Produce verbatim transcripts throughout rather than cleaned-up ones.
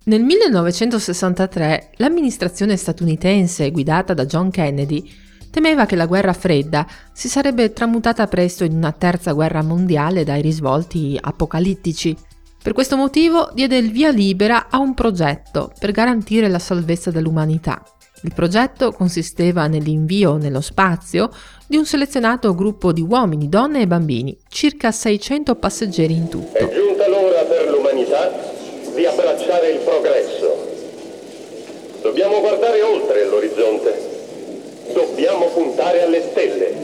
Nel millenovecentosessantatré l'amministrazione statunitense, guidata da John Kennedy, temeva che la guerra fredda si sarebbe tramutata presto in una terza guerra mondiale dai risvolti apocalittici. Per questo motivo diede il via libera a un progetto per garantire la salvezza dell'umanità. Il progetto consisteva nell'invio nello spazio di un selezionato gruppo di uomini, donne e bambini, circa seicento passeggeri in tutto. È giunta l'ora per l'umanità di abbracciare il progresso. Dobbiamo guardare oltre l'orizzonte. Dobbiamo puntare alle stelle.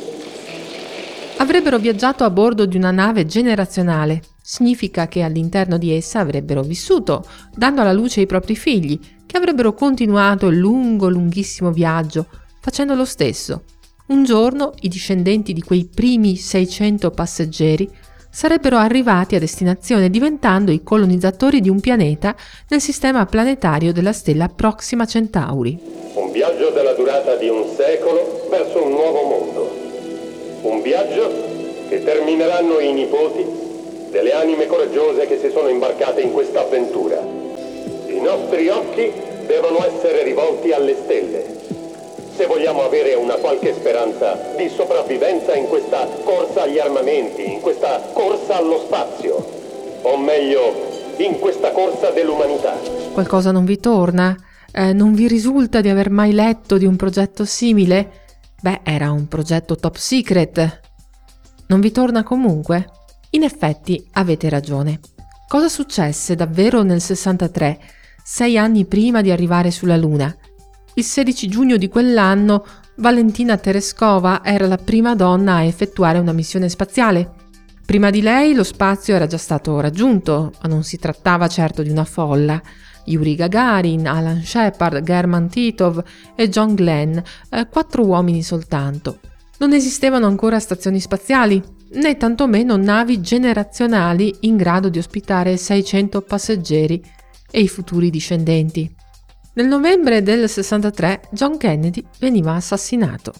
Avrebbero viaggiato a bordo di una nave generazionale. Significa che all'interno di essa avrebbero vissuto, dando alla luce i propri figli, che avrebbero continuato il lungo, lunghissimo viaggio, facendo lo stesso. Un giorno i discendenti di quei primi seicento passeggeri sarebbero arrivati a destinazione diventando i colonizzatori di un pianeta nel sistema planetario della stella Proxima Centauri. Un viaggio della durata di un secolo verso un nuovo mondo. Un viaggio che termineranno i nipoti delle anime coraggiose che si sono imbarcate in questa avventura. I nostri occhi devono essere rivolti alle stelle, se vogliamo avere una qualche speranza di sopravvivenza in questa corsa agli armamenti, in questa corsa allo spazio, o meglio, in questa corsa dell'umanità. Qualcosa non vi torna? Eh, non vi risulta di aver mai letto di un progetto simile? Beh, era un progetto top secret. Non vi torna comunque? In effetti avete ragione. Cosa successe davvero nel sessantatré, sei anni prima di arrivare sulla Luna? Il sedici giugno di quell'anno Valentina Tereskova era la prima donna a effettuare una missione spaziale. Prima di lei lo spazio era già stato raggiunto, ma non si trattava certo di una folla. Yuri Gagarin, Alan Shepard, German Titov e John Glenn, eh, quattro uomini soltanto. Non esistevano ancora stazioni spaziali, né tantomeno navi generazionali in grado di ospitare seicento passeggeri e i futuri discendenti. Nel novembre del sessantatré John Kennedy veniva assassinato.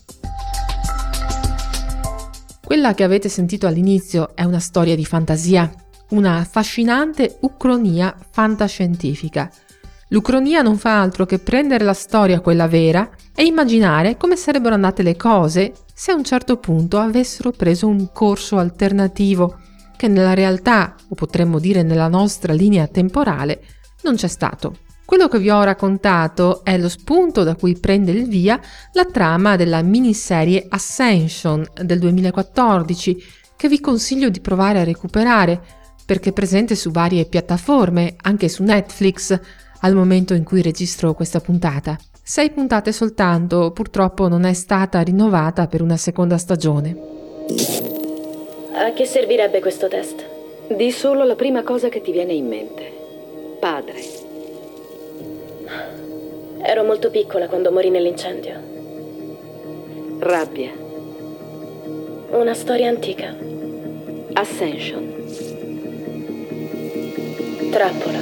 Quella che avete sentito all'inizio è una storia di fantasia, una affascinante ucronia fantascientifica. L'ucronia non fa altro che prendere la storia, quella vera, e immaginare come sarebbero andate le cose se a un certo punto avessero preso un corso alternativo, che nella realtà, o potremmo dire nella nostra linea temporale, non c'è stato. Quello che vi ho raccontato è lo spunto da cui prende il via la trama della miniserie Ascension del duemilaquattordici, che vi consiglio di provare a recuperare, perché è presente su varie piattaforme, anche su Netflix, al momento in cui registro questa puntata. Sei puntate soltanto, purtroppo non è stata rinnovata per una seconda stagione. A che servirebbe questo test? Di solo la prima cosa che ti viene in mente. Padre. Ero molto piccola quando morì nell'incendio. Rabbia. Una storia antica. Ascension. Trappola.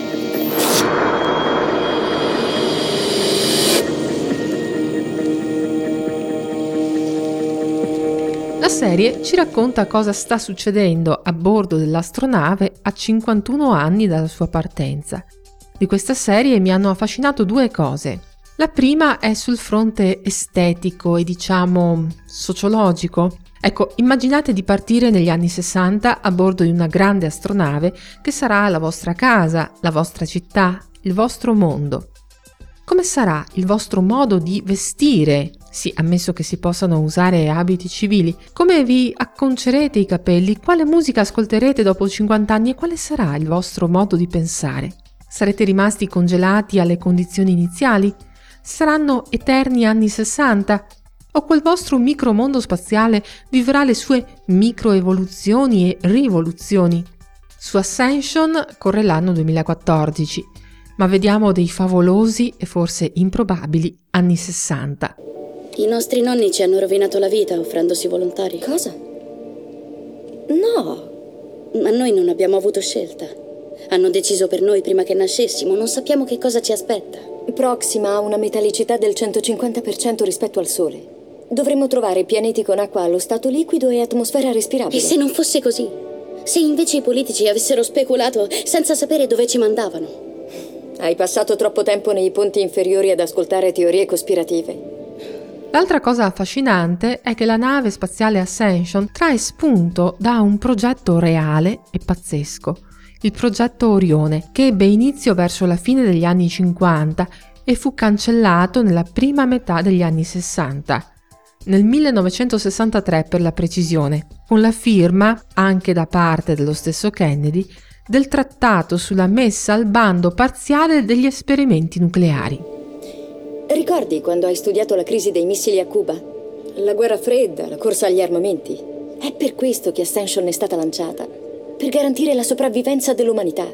La serie ci racconta cosa sta succedendo a bordo dell'astronave a cinquantuno anni dalla sua partenza. Di questa serie mi hanno affascinato due cose. La prima è sul fronte estetico e diciamo sociologico. Ecco, immaginate di partire negli anni sessanta a bordo di una grande astronave che sarà la vostra casa, la vostra città, il vostro mondo. Come sarà il vostro modo di vestire? Sì, ammesso che si possano usare abiti civili. Come vi acconcerete i capelli? Quale musica ascolterete dopo cinquanta anni e quale sarà il vostro modo di pensare? Sarete rimasti congelati alle condizioni iniziali? Saranno eterni anni sessanta? O quel vostro micromondo spaziale vivrà le sue microevoluzioni e rivoluzioni? Su Ascension corre l'anno duemilaquattordici, ma vediamo dei favolosi e forse improbabili anni sessanta. I nostri nonni ci hanno rovinato la vita offrendosi volontari. Cosa? No, ma noi non abbiamo avuto scelta. Hanno deciso per noi prima che nascessimo, non sappiamo che cosa ci aspetta. Proxima ha una metallicità del centocinquanta per cento rispetto al Sole. Dovremmo trovare pianeti con acqua allo stato liquido e atmosfera respirabile. E se non fosse così? Se invece i politici avessero speculato senza sapere dove ci mandavano? Hai passato troppo tempo nei ponti inferiori ad ascoltare teorie cospirative. L'altra cosa affascinante è che la nave spaziale Ascension trae spunto da un progetto reale e pazzesco, il progetto Orione, che ebbe inizio verso la fine degli anni cinquanta e fu cancellato nella prima metà degli anni sessanta. Nel millenovecentosessantatré per la precisione, con la firma, anche da parte dello stesso Kennedy, del trattato sulla messa al bando parziale degli esperimenti nucleari. Ricordi quando hai studiato la crisi dei missili a Cuba? La guerra fredda, la corsa agli armamenti? È per questo che Ascension è stata lanciata, per garantire la sopravvivenza dell'umanità.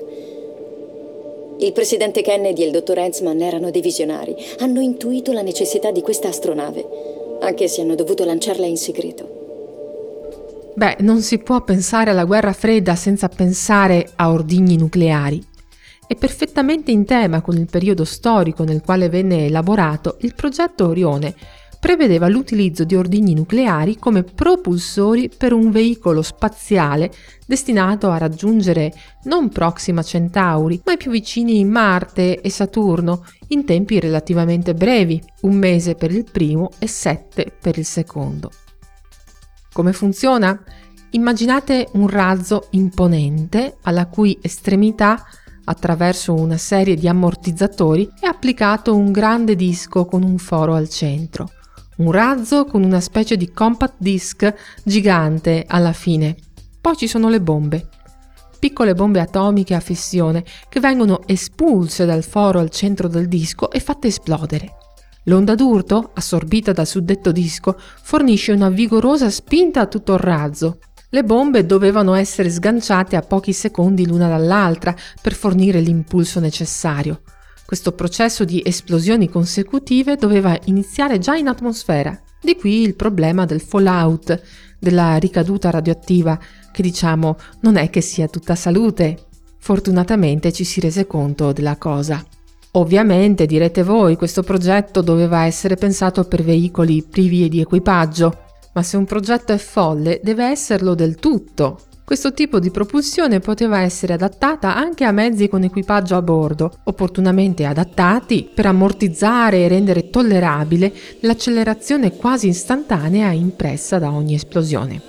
Il presidente Kennedy e il dottor Hensman erano dei visionari, hanno intuito la necessità di questa astronave, anche se hanno dovuto lanciarla in segreto. Beh, non si può pensare alla guerra fredda senza pensare a ordigni nucleari. È perfettamente in tema con il periodo storico nel quale venne elaborato, il progetto Orione prevedeva l'utilizzo di ordigni nucleari come propulsori per un veicolo spaziale destinato a raggiungere non Proxima Centauri, ma i più vicini Marte e Saturno in tempi relativamente brevi, un mese per il primo e sette per il secondo. Come funziona? Immaginate un razzo imponente alla cui estremità, attraverso una serie di ammortizzatori, è applicato un grande disco con un foro al centro. Un razzo con una specie di compact disc gigante alla fine. Poi ci sono le bombe. Piccole bombe atomiche a fissione che vengono espulse dal foro al centro del disco e fatte esplodere. L'onda d'urto, assorbita dal suddetto disco, fornisce una vigorosa spinta a tutto il razzo. Le bombe dovevano essere sganciate a pochi secondi l'una dall'altra per fornire l'impulso necessario. Questo processo di esplosioni consecutive doveva iniziare già in atmosfera. Di qui il problema del fallout, della ricaduta radioattiva, che diciamo non è che sia tutta salute. Fortunatamente ci si rese conto della cosa. Ovviamente, direte voi, questo progetto doveva essere pensato per veicoli privi di equipaggio. Ma se un progetto è folle, deve esserlo del tutto. Questo tipo di propulsione poteva essere adattata anche a mezzi con equipaggio a bordo, opportunamente adattati per ammortizzare e rendere tollerabile l'accelerazione quasi istantanea impressa da ogni esplosione.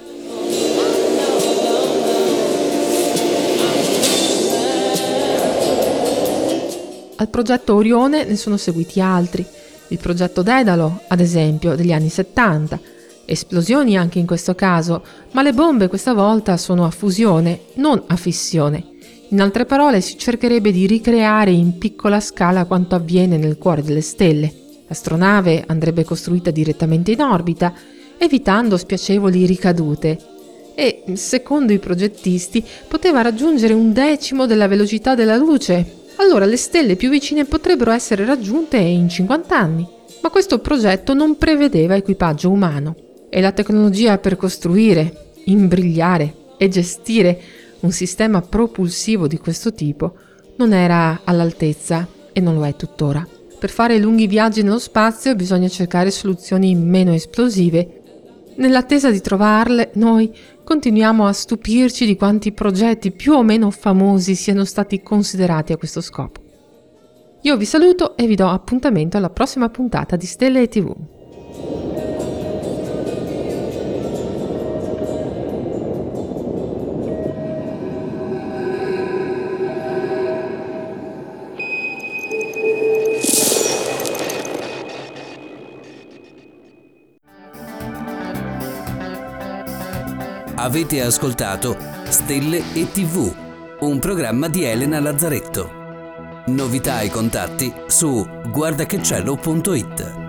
Al progetto Orione ne sono seguiti altri, il progetto Daedalo, ad esempio, degli anni settanta, esplosioni anche in questo caso, ma le bombe questa volta sono a fusione, non a fissione. In altre parole, si cercherebbe di ricreare in piccola scala quanto avviene nel cuore delle stelle. L'astronave andrebbe costruita direttamente in orbita, evitando spiacevoli ricadute, e, secondo i progettisti, poteva raggiungere un decimo della velocità della luce. Allora le stelle più vicine potrebbero essere raggiunte in cinquanta anni. Ma questo progetto non prevedeva equipaggio umano. E la tecnologia per costruire, imbrigliare e gestire un sistema propulsivo di questo tipo non era all'altezza e non lo è tuttora. Per fare lunghi viaggi nello spazio bisogna cercare soluzioni meno esplosive. Nell'attesa di trovarle, noi continuiamo a stupirci di quanti progetti più o meno famosi siano stati considerati a questo scopo. Io vi saluto e vi do appuntamento alla prossima puntata di Stelle e tivù. Avete ascoltato Stelle e tivù, un programma di Elena Lazzaretto. Novità e contatti su guardachecielo punto it.